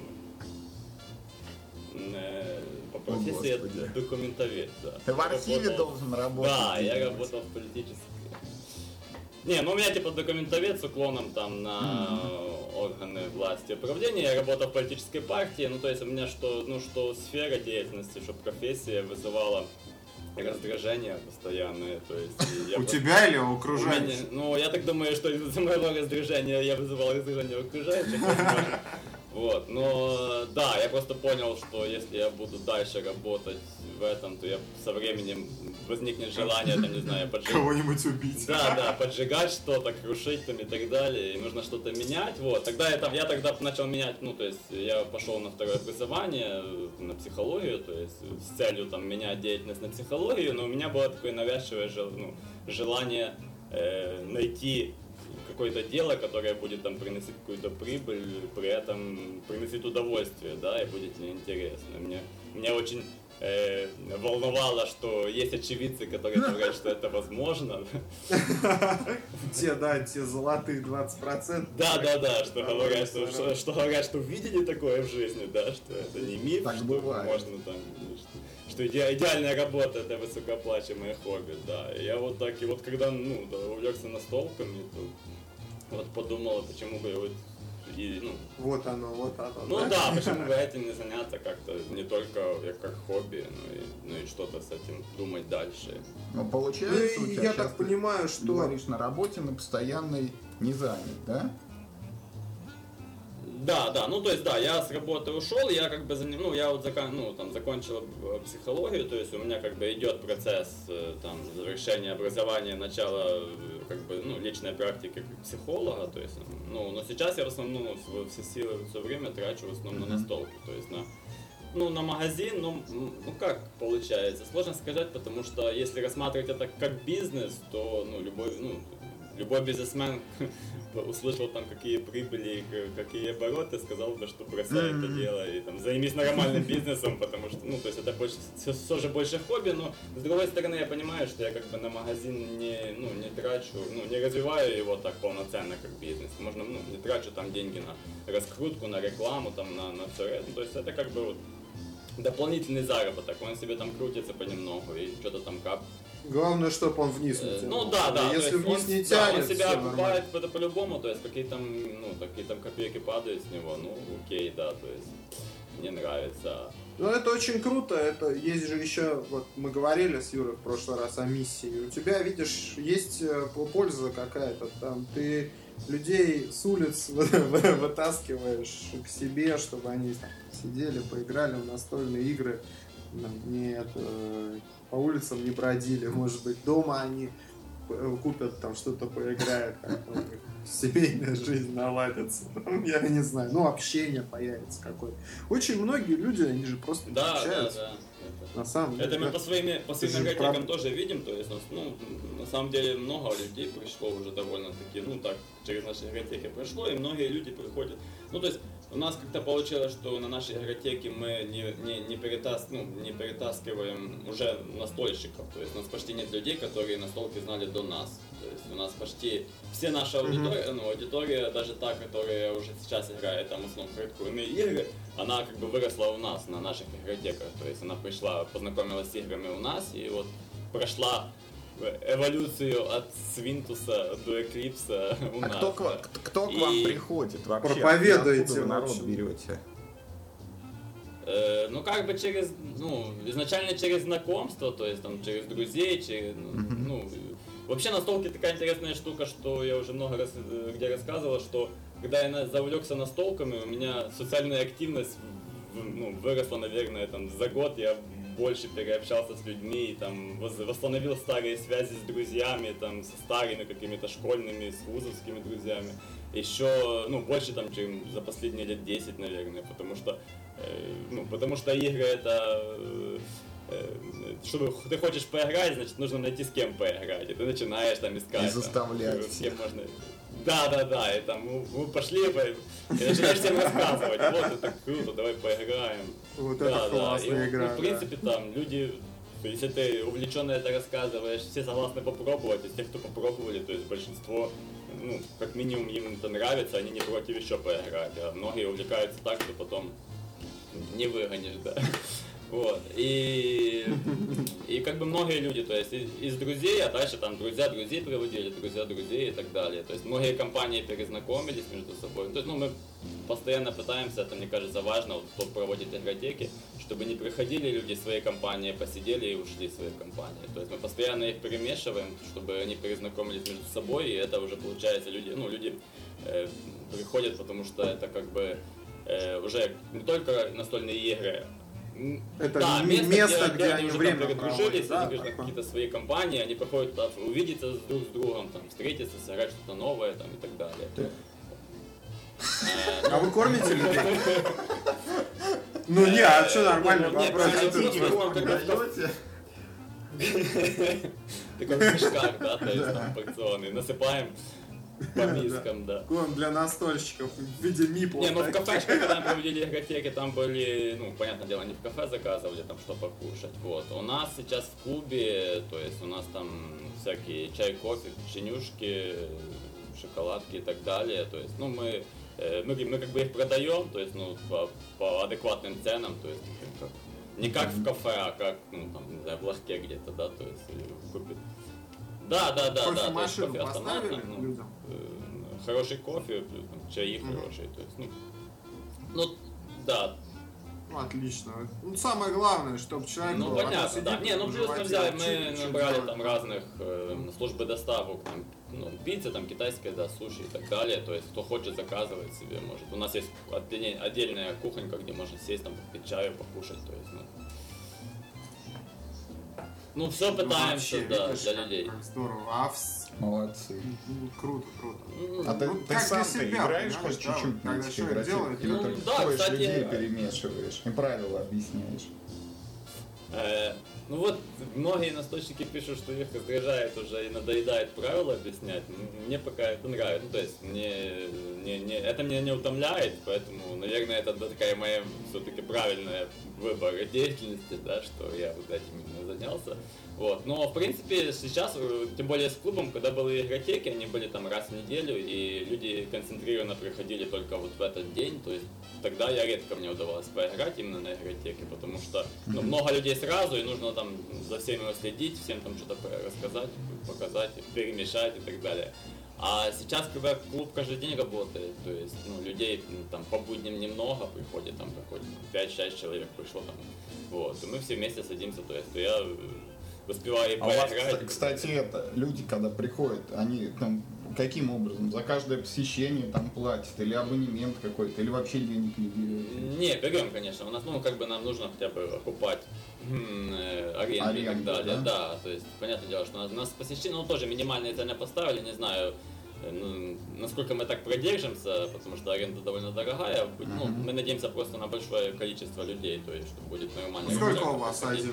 по профессии я Господи. документовед, да. Ты в архиве Работал- должен работать. Да, я где-нибудь. работал в политической. Не, у меня типа документовед с уклоном там на органы власти и управления. Я работал в политической партии, то есть у меня что сфера деятельности, что профессия вызывала раздражение постоянное. То есть У тебя или у окружающих? я так думаю, что из-за моего раздражения я вызывал раздражение у окружающих. возможно. Вот, но да, я просто понял, что если я буду дальше работать в этом, то я со временем возникнет желание, там, не знаю, Кого-нибудь убить. Да, поджигать что-то, крушить там и так далее, и нужно что-то менять, вот. Тогда я тогда начал менять, то есть я пошел на второе образование, на психологию, то есть с целью там менять деятельность на психологию, но у меня было такое навязчивое желание найти какое-то дело, которое будет там приносить какую-то прибыль, при этом приносить удовольствие, да, и будет мне интересно. Меня очень волновало, что есть очевидцы, которые говорят, что это возможно. Те золотые 20%. Да, что говорят, что видели такое в жизни, да, что это не миф, Так что бывает. можно там, что идеальная работа — это высокооплачиваемое хобби, да. И я вот так, и вот когда, увлекся настолками, то вот подумал, почему бы Вот оно. да, почему бы этим не заняться как-то, не только как хобби, но и что-то с этим думать дальше. Получается, у тебя я сейчас так понимаю, ты что... говоришь, на работе на постоянной не занят, да? Да, то есть, да, я с работы ушел, я как бы, я вот закончил психологию, то есть у меня как бы идет процесс там завершения образования, начала как бы, личной практики как психолога, то есть, но сейчас я в основном, все силы, все время трачу в основном на настолки, то есть на магазин, как получается, сложно сказать, потому что если рассматривать это как бизнес, то, любой бизнесмен услышал там какие прибыли, какие обороты, сказал бы, что бросай это дело и там займись нормальным бизнесом, потому что, то есть это все же больше хобби, но с другой стороны я понимаю, что я как бы на магазин не трачу, не развиваю его так полноценно как бизнес, можно, не трачу там деньги на раскрутку, на рекламу, там на все это, то есть это как бы вот дополнительный заработок, он себе там крутится понемногу и что-то там Главное, чтобы он вниз не тянул. Да. Если вниз не он тянет, себя всё окупает это по-любому, то есть какие там копейки падают с него, окей, да, то есть. мне нравится. Ну, это очень круто. Это есть же еще, вот мы говорили с Юрой в прошлый раз о миссии. У тебя, видишь, есть польза какая-то. Там ты людей с улиц вытаскиваешь к себе, чтобы они сидели, поиграли в настольные игры. По улицам не бродили. Может быть, дома они купят там что-то, поиграют, как у них семейная жизнь наладится. Я не знаю. Ну, общение появится какое-то. Очень многие люди, они же просто не общаются. Да. На самом деле. Это мы по своим игрокам тоже видим, то есть, ну, на самом деле много людей пришло уже довольно-таки, ну так, через наши игротеки пришло, и многие люди приходят. Ну, то есть, у нас как-то получилось, что на нашей игротеке мы не перетаскиваем уже настольщиков, то есть, у нас почти нет людей, которые настолки знали до нас. То есть, у нас почти все наша аудитория, аудитория, даже та, которая уже сейчас играет там в основном хардкорные игры, она как бы выросла у нас, на наших игротеках. То есть она пришла, познакомилась с играми у нас и вот прошла эволюцию от Свинтуса до Эклипса у нас. Кто к вам приходит вообще? Проповедуете. Откуда вы народ берете? Ну, как бы изначально через знакомство, то есть там через друзей, вообще настолки такая интересная штука, что я уже много раз где рассказывал, что когда я завлекся настолками, у меня социальная активность выросла, наверное, там за год, я больше переобщался с людьми, там, восстановил старые связи с друзьями, там, со старыми какими-то школьными, с вузовскими друзьями. Еще, больше, там, чем за последние лет 10, наверное, потому что игры это... Чтобы ты хочешь поиграть, значит, нужно найти с кем поиграть. И ты начинаешь там искать. И заставлять. С кем можно... Да, и там мы пошли, и начинаешь всем рассказывать. Вот, это круто, давай поиграем. Вот это классная игра. В принципе, там люди, если ты увлеченно это рассказываешь, все согласны попробовать. Из тех, кто попробовали, то есть большинство, как минимум им это нравится, они не против еще поиграть. А многие увлекаются так, что потом не выгонишь, да. Вот, и как бы многие люди, то есть из друзей, а дальше там друзья друзей приводили, друзья друзей и так далее. То есть многие компании перезнакомились между собой. То есть, мы постоянно пытаемся, это, мне кажется, важно, вот, кто проводит игротеки, чтобы не приходили люди в своей компании, посидели и ушли в своей компании. То есть мы постоянно их перемешиваем, чтобы они перезнакомились между собой, и это уже получается люди приходят, потому что это как бы уже не только настольные игры. Это да, место, где они уже время передружились, да, они на какие-то свои компании, они приходят увидеться друг с другом, там, встретиться, сыграть что-то новое там, и так далее. А вы кормите людей? А что нормально? Ты как в мешках, да, то есть там порционные, насыпаем по мискам, да. Корм для настольщиков в виде миплов. В кафешках, когда мы проводили игротеки, там были, понятное дело, не в кафе заказывали, там что покушать, вот. У нас сейчас в клубе, то есть у нас там всякие чай, кофе, печенюшки, шоколадки и так далее, то есть, мы как бы их продаем, то есть, по адекватным ценам, то есть, не как в кафе, а как, в ларьке где-то, да, то есть, в клубе. Да. Кофемашину поставили людям? Хороший кофе, чаи хорошие, то есть, да. Отлично. Самое главное, чтобы человек... понятно, да. Плюс мы взяли, мы набрали там разных службы доставок, там, пицца, там, китайская, да, суши и так далее, то есть, кто хочет заказывать себе, может. У нас есть отдельная кухонька, где можно сесть, там, попить чаю, покушать, то есть, все пытаемся, да, для людей. Как здорово. Молодцы. Круто. А ты сам-то играешь хоть чуть-чуть на этих игротеках? Или ты ходишь, людей перемешиваешь и правила объясняешь? Многие настольщики пишут, что их раздражает уже и надоедает правила объяснять. Мне пока это нравится. То есть это меня не утомляет, поэтому, наверное, это такая моя все-таки правильная выбор деятельности, да, что я вот этим именно занялся. Вот. Но, в принципе, сейчас, тем более с клубом, когда были игротеки, они были там раз в неделю, и люди концентрированно приходили только вот в этот день, то есть тогда мне удавалось поиграть именно на игротеке, потому что много людей сразу, и нужно там за всеми следить, всем там что-то рассказать, показать, перемешать и так далее. А сейчас, когда клуб каждый день работает, то есть, ну, людей там по будням немного приходит, там приходит 5-6 человек пришло там, вот, и мы все вместе садимся, то есть, я успеваю и А у вас, поиграть. кстати, люди, когда приходят, они там каким образом? За каждое посещение там платят? Или абонемент какой-то? Или вообще денег не берете? Не, берем, конечно. У нас, ну, как бы нам нужно хотя бы окупать аренду и так далее. Да? То есть, понятное дело, что у нас посещение, ну, тоже минимальные цены поставили, не знаю, ну, насколько мы так продержимся, потому что аренда довольно дорогая. Ну, мы надеемся просто на большое количество людей, то есть, что будет нормально. Сколько у вас один?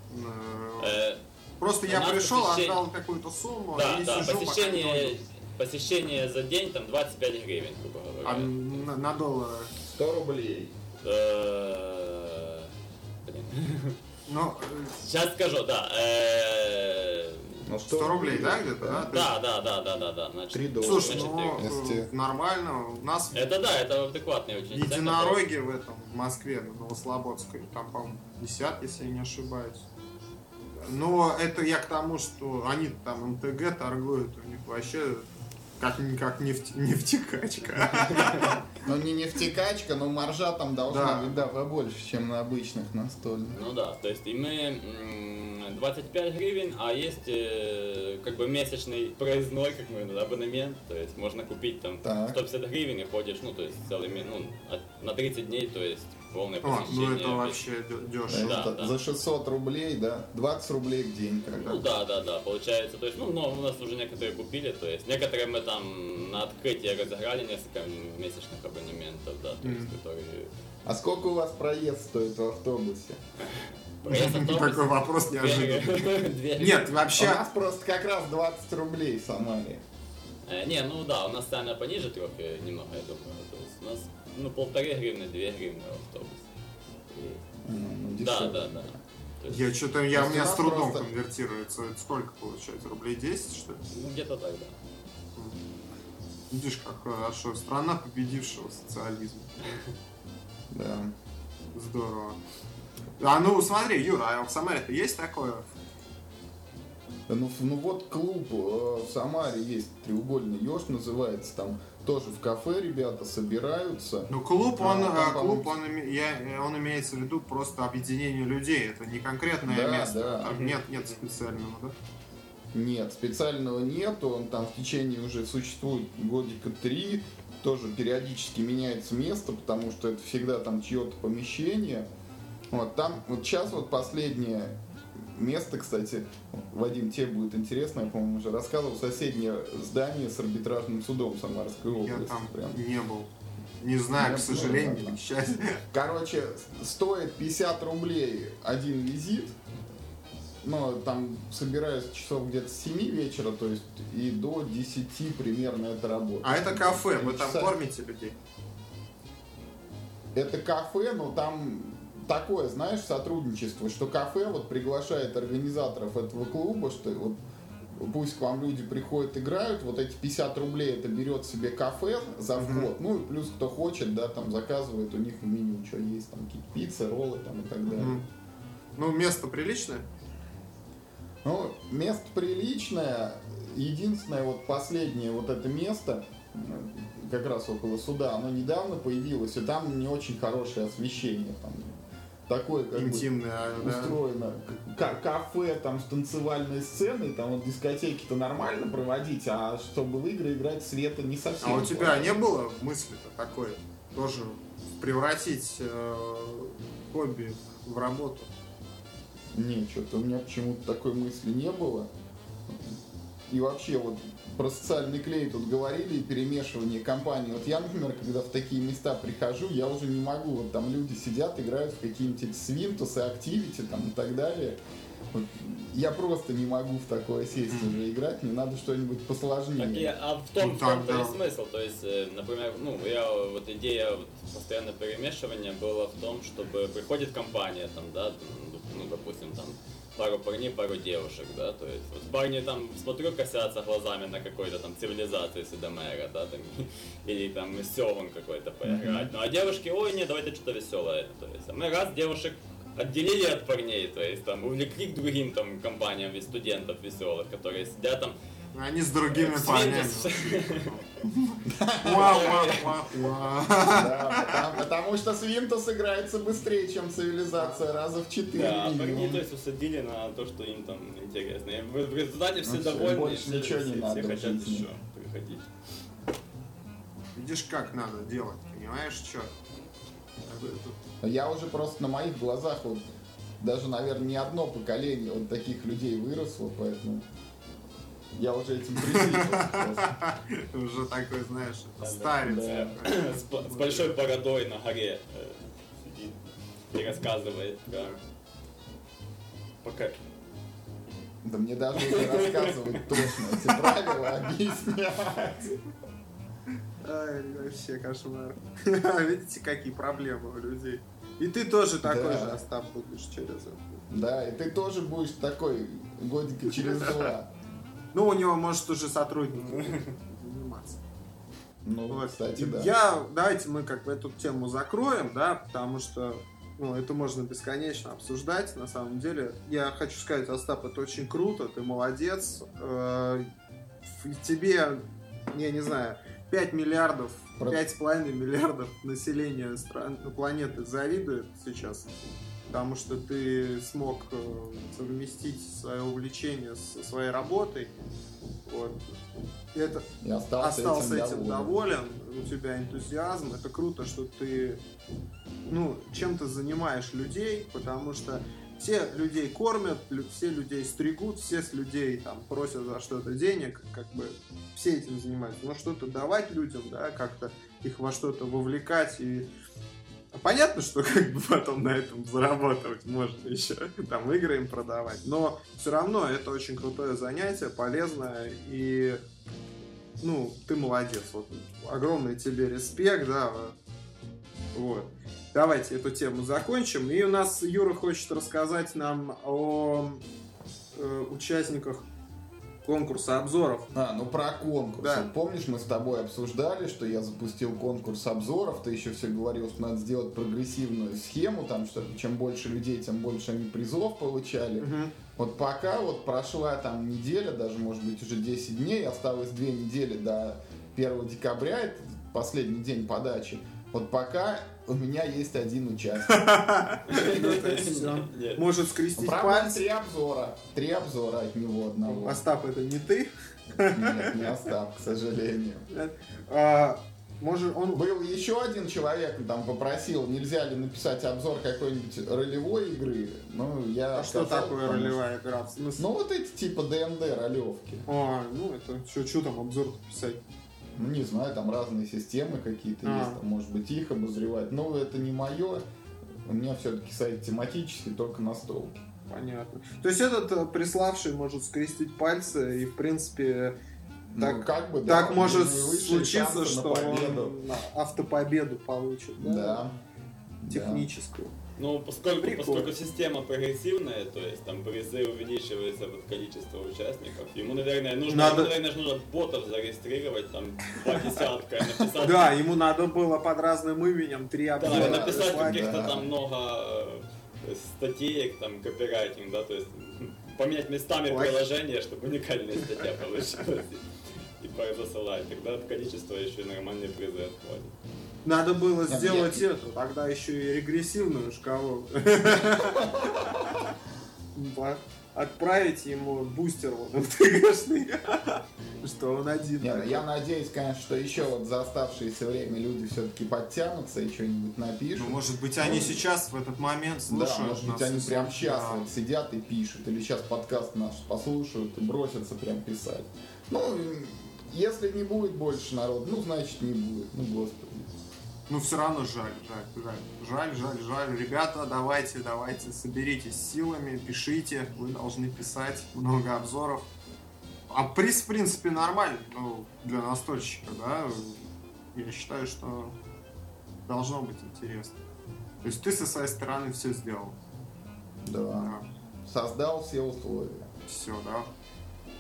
Просто я пришел, отдал какую-то сумму и сижу, посещение за день там 25 гривен, грубо говоря. А на доллары? 100 рублей. Блин. Ну, сейчас скажу, да. 100 рублей, да, где-то? Да. Значит, 3 доллара. Слушай, ну, нормально. У нас это да, это адекватные очень цены. единороги в этом, в Москве, на Новослободской, там, по-моему, 50, если я не ошибаюсь. Но это я к тому, что они там МТГ торгуют, у них вообще как нефтекачка. Ну не нефтекачка, но маржа там должна быть, да, побольше, чем на обычных настольных. Ну да, то есть и мы 25 гривен, а есть как бы месячный проездной, как мы, абонемент, то есть можно купить там 150 гривен и ходишь, ну то есть целыми, ну на 30 дней, то есть полное посещение. Ну это вообще дешево. Да. За 600 рублей, да, 20 рублей в день. Ну да, получается, то есть, ну, но у нас уже некоторые купили, то есть, некоторые мы там на открытие разыграли несколько месячных абонементов, да, то есть, которые... А сколько у вас проезд стоит в автобусе? Проезд автобуса? Такой вопрос неожиданный. Нет, вообще... У нас просто как раз 20 рублей в Самаре. Не, ну да, у нас цена пониже трех немного, я думаю, то есть, у нас, ну, 1,5 гривны, 2 гривны в автобус. Да. Я что-то, у меня с трудом конвертируется. Это сколько получается? Рублей 10, что ли? Ну, где-то так, да. Видишь, как хорошо. Страна победившего социализма. Да. Здорово. А ну смотри, Юра, а в Самаре-то есть такое? Ну вот клуб в Самаре есть, треугольный еж называется, там тоже в кафе ребята собираются. Ну клуб, он имеется в виду просто объединение людей, это не конкретное место, да. Там нет специального, да? Нет, специального нету, он там в течение уже существует годика 3, тоже периодически меняется место, потому что это всегда там чье-то помещение. Вот там, вот сейчас вот последнее место, кстати, Вадим, тебе будет интересно, я, по-моему, уже рассказывал, соседнее здание с арбитражным судом Самарской области. Я там не был. Не знаю, к сожалению, к счастью. Короче, стоит 50 рублей один визит, но там собираюсь часов где-то с 7 вечера, то есть и до 10 примерно это работает. А это кафе, вы там кормите людей? Это кафе, но там такое, знаешь, сотрудничество, что кафе вот приглашает организаторов этого клуба, что вот пусть к вам люди приходят, играют, вот эти 50 рублей это берет себе кафе за вход, ну и плюс кто хочет, да, там заказывает, у них в меню что есть, там какие-то пиццы, роллы там и так далее. Ну, место приличное? Ну, место приличное, единственное вот последнее вот это место, как раз около суда, оно недавно появилось, и там не очень хорошее освещение, там такое как интимное, бы устроено, кафе там с танцевальной сценой, там вот дискотеки-то нормально проводить, а чтобы в игры играть света не совсем. А у тебя не было мысли-то такой тоже превратить хобби в работу? Нет, что-то у меня почему-то такой мысли не было. И вообще вот про социальный клей тут говорили, и перемешивание компаний. Вот я, например, когда в такие места прихожу, я уже не могу. Вот там люди сидят, играют в какие-нибудь свинтусы, активити там и так далее. Вот я просто не могу в такое сесть уже играть, мне надо что-нибудь посложнее. А в том-то и смысл. То есть, например, вот идея постоянного перемешивания была в том, чтобы приходит компания, там, да, ну, допустим, там, пару парней, пару девушек, да, то есть, вот парни там, смотрю, косятся глазами на какой-то там цивилизации Судомера, да, там, или там Сёгун какой-то поиграть, ну, а девушки, ой, нет, давайте что-то веселое, то есть, а мы раз девушек отделили от парней, то есть, там, увлекли к другим там компаниям студентов веселых, которые сидят там, Они с другими парнями. Да, потому что Свинтус играется быстрее, чем цивилизация, раза в 4. Да, парни, то есть усадили на то, что им там интересно. И в результате все Ну, довольны, больше ничего не надо все в хотят жизни. еще приходить. Видишь, как надо делать, понимаешь, что? Я уже просто на моих глазах, вот, даже, наверное, не одно поколение вот таких людей выросло, поэтому я уже этим присытился просто. Уже такой, знаешь, Да, старец. да. С большой бородой на горе сидит и рассказывает про... Пока... Да мне даже уже рассказывать точно эти правила, объяснять. Ай, вообще кошмар. Видите, какие проблемы у людей. И ты тоже такой Да. же, Остап, будешь через это. Да, и ты тоже будешь такой годика через 2. Ну, у него, может, уже сотрудники будут заниматься. Ну, Вот. кстати, И да. давайте мы как бы эту тему закроем, да, потому что это можно бесконечно обсуждать, на самом деле. Я хочу сказать, Остап, это очень круто, ты молодец. Тебе, я не знаю, 5 миллиардов, 5,5 миллиардов населения планеты завидует сейчас, потому что ты смог совместить свое увлечение со своей работой. Вот. И остался этим доволен, у тебя энтузиазм, это круто, что ты чем-то занимаешь людей, потому что все людей кормят, все людей стригут, все с людей там просят за что-то денег, как бы все этим занимаются, но что-то давать людям, да, как-то их во что-то вовлекать и понятно, что как бы потом на этом зарабатывать можно еще, там игры им продавать, но все равно это очень крутое занятие, полезное, и ты молодец, вот огромный тебе респект, да, вот. Давайте эту тему закончим. И у нас Юра хочет рассказать нам о участниках конкурса обзоров. Про конкурс. Да. Помнишь, мы с тобой обсуждали, что я запустил конкурс обзоров, ты еще все говорил, что надо сделать прогрессивную схему, там, что чем больше людей, тем больше они призов получали. Угу. Вот пока вот прошла там неделя, даже может быть уже 10 дней, осталось 2 недели до 1 декабря, это последний день подачи. Вот пока у меня есть один участник. Может скрестить Правда, пальцы. 3 обзора от него одного. Остап, это не ты? Нет, не Остап, к сожалению. Может, он... Был еще один человек, там попросил, нельзя ли написать обзор какой-нибудь ролевой игры. Я что сказал, такое ролевая игра? В смысле? вот эти типа ДНД ролевки. Это что там обзор писать? Не знаю, там разные системы какие-то есть, там, может быть, их обозревать. Но это не мое. У меня все-таки сайт тематический, только настолки. Понятно. То есть этот приславший может скрестить пальцы и, в принципе, так может случиться, что он автопобеду получит. Да. Техническую. Поскольку система прогрессивная, то есть там призы увеличивается количество участников, ему, наверное, нужно ботов зарегистрировать, там, 2 десятка, и написать... Да, ему надо было под разным именем 3 обзора. Да, написать каких-то там много статей, там, копирайтинг, да, то есть поменять местами приложение, чтобы уникальная статья получилась. И засылать, тогда от количества еще и нормальные призы отхватит. Надо было сделать эту, тогда еще и регрессивную шкалу. Отправить ему бустер ТГшный, что он один. Я надеюсь, конечно, что еще вот за оставшееся время люди все-таки подтянутся и что-нибудь напишут. Может быть, они сейчас в этот момент слушают. Да, может быть, они прямо сейчас вот сидят и пишут, или сейчас подкаст наш послушают и бросятся прям писать. Если не будет больше народу, значит не будет. Господи. Все равно жаль. Ребята, давайте, соберитесь силами, пишите, вы должны писать много обзоров. А приз, в принципе, нормальный, для настольщика, да. Я считаю, что должно быть интересно. То есть ты со своей стороны все сделал. Да. Создал все условия. Все, да.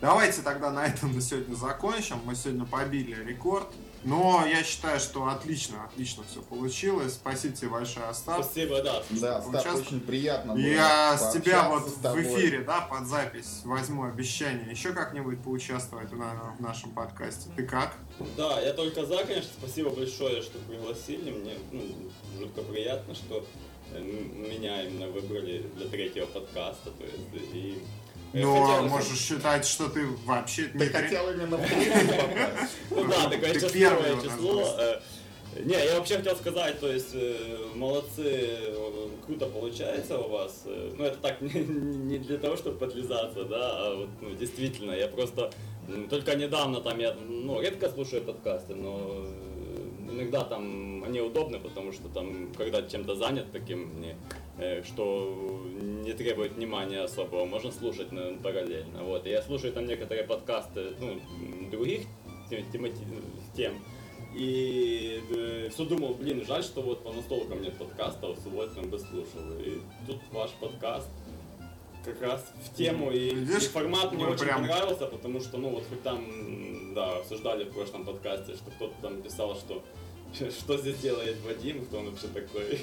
Давайте тогда на этом мы сегодня закончим. Мы сегодня побили рекорд. Но я считаю, что отлично все получилось. Спасибо тебе большое, Остап. Спасибо, да. Да, Остап, очень приятно было Я с тебя вот с в тобой. эфире, да, под запись возьму обещание еще как-нибудь поучаствовать в нашем подкасте. Ты как? Да, я только за, конечно. Спасибо большое, что пригласили. Мне жутко приятно, что меня именно выбрали для 3-го подкаста. То есть, и Но можешь считать, что ты вообще Ты хотел именно в третий попасть. Ну да, такое сейчас первое число. Не, я вообще хотел сказать, то есть, молодцы, круто получается у вас. Ну, это так, не для того, чтобы подлизаться, да, а вот, действительно, я просто только недавно там, я, редко слушаю подкасты, но иногда там они удобны, потому что там, когда чем-то занят таким, что не требует внимания особого, можно слушать параллельно. Вот. И я слушаю там некоторые подкасты других тем. И все думал, жаль, что вот по настолкам нет подкаста, с удовольствием бы слушал. И тут ваш подкаст как раз в тему, и формат мне очень понравился, потому что, вот вы там, да, обсуждали в прошлом подкасте, что кто-то там писал, что здесь делает Вадим, кто он вообще такой,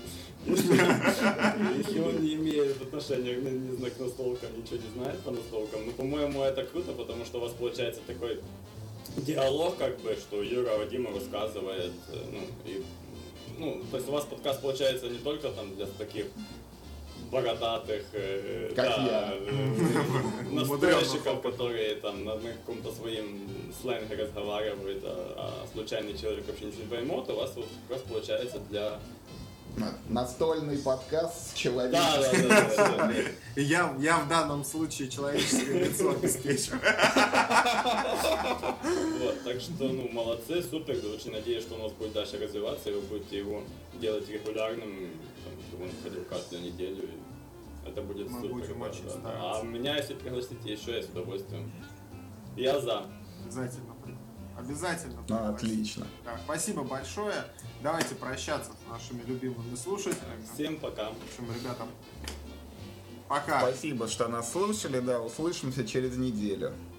если он не имеет отношения, не знаю, к настолкам, ничего не знает по настолкам. Но, по-моему, это круто, потому что у вас получается такой диалог, как бы, что Юра Вадиму рассказывает, то есть у вас подкаст получается не только там для таких бородатых, настройщиков, которые там на каком-то своем сленге разговаривают, а случайный человек вообще ничего не поймет, у вас вот как раз получается для... Настольный подкаст с человеком. Да. Я в данном случае человеческое лицо обеспечу. Вот, так что, молодцы, супер. Очень надеюсь, что у нас будет дальше развиваться, и вы будете его делать регулярным, чтобы он ходил каждую неделю. Это будет Мы супер. будем очень стараться. А меня, если пригласите еще, я с удовольствием. Я за. Обязательно. Отлично. Да, спасибо большое. Давайте прощаться с нашими любимыми слушателями. Всем пока. В общем, ребята, пока. Спасибо, что нас слушали. Да, услышимся через неделю.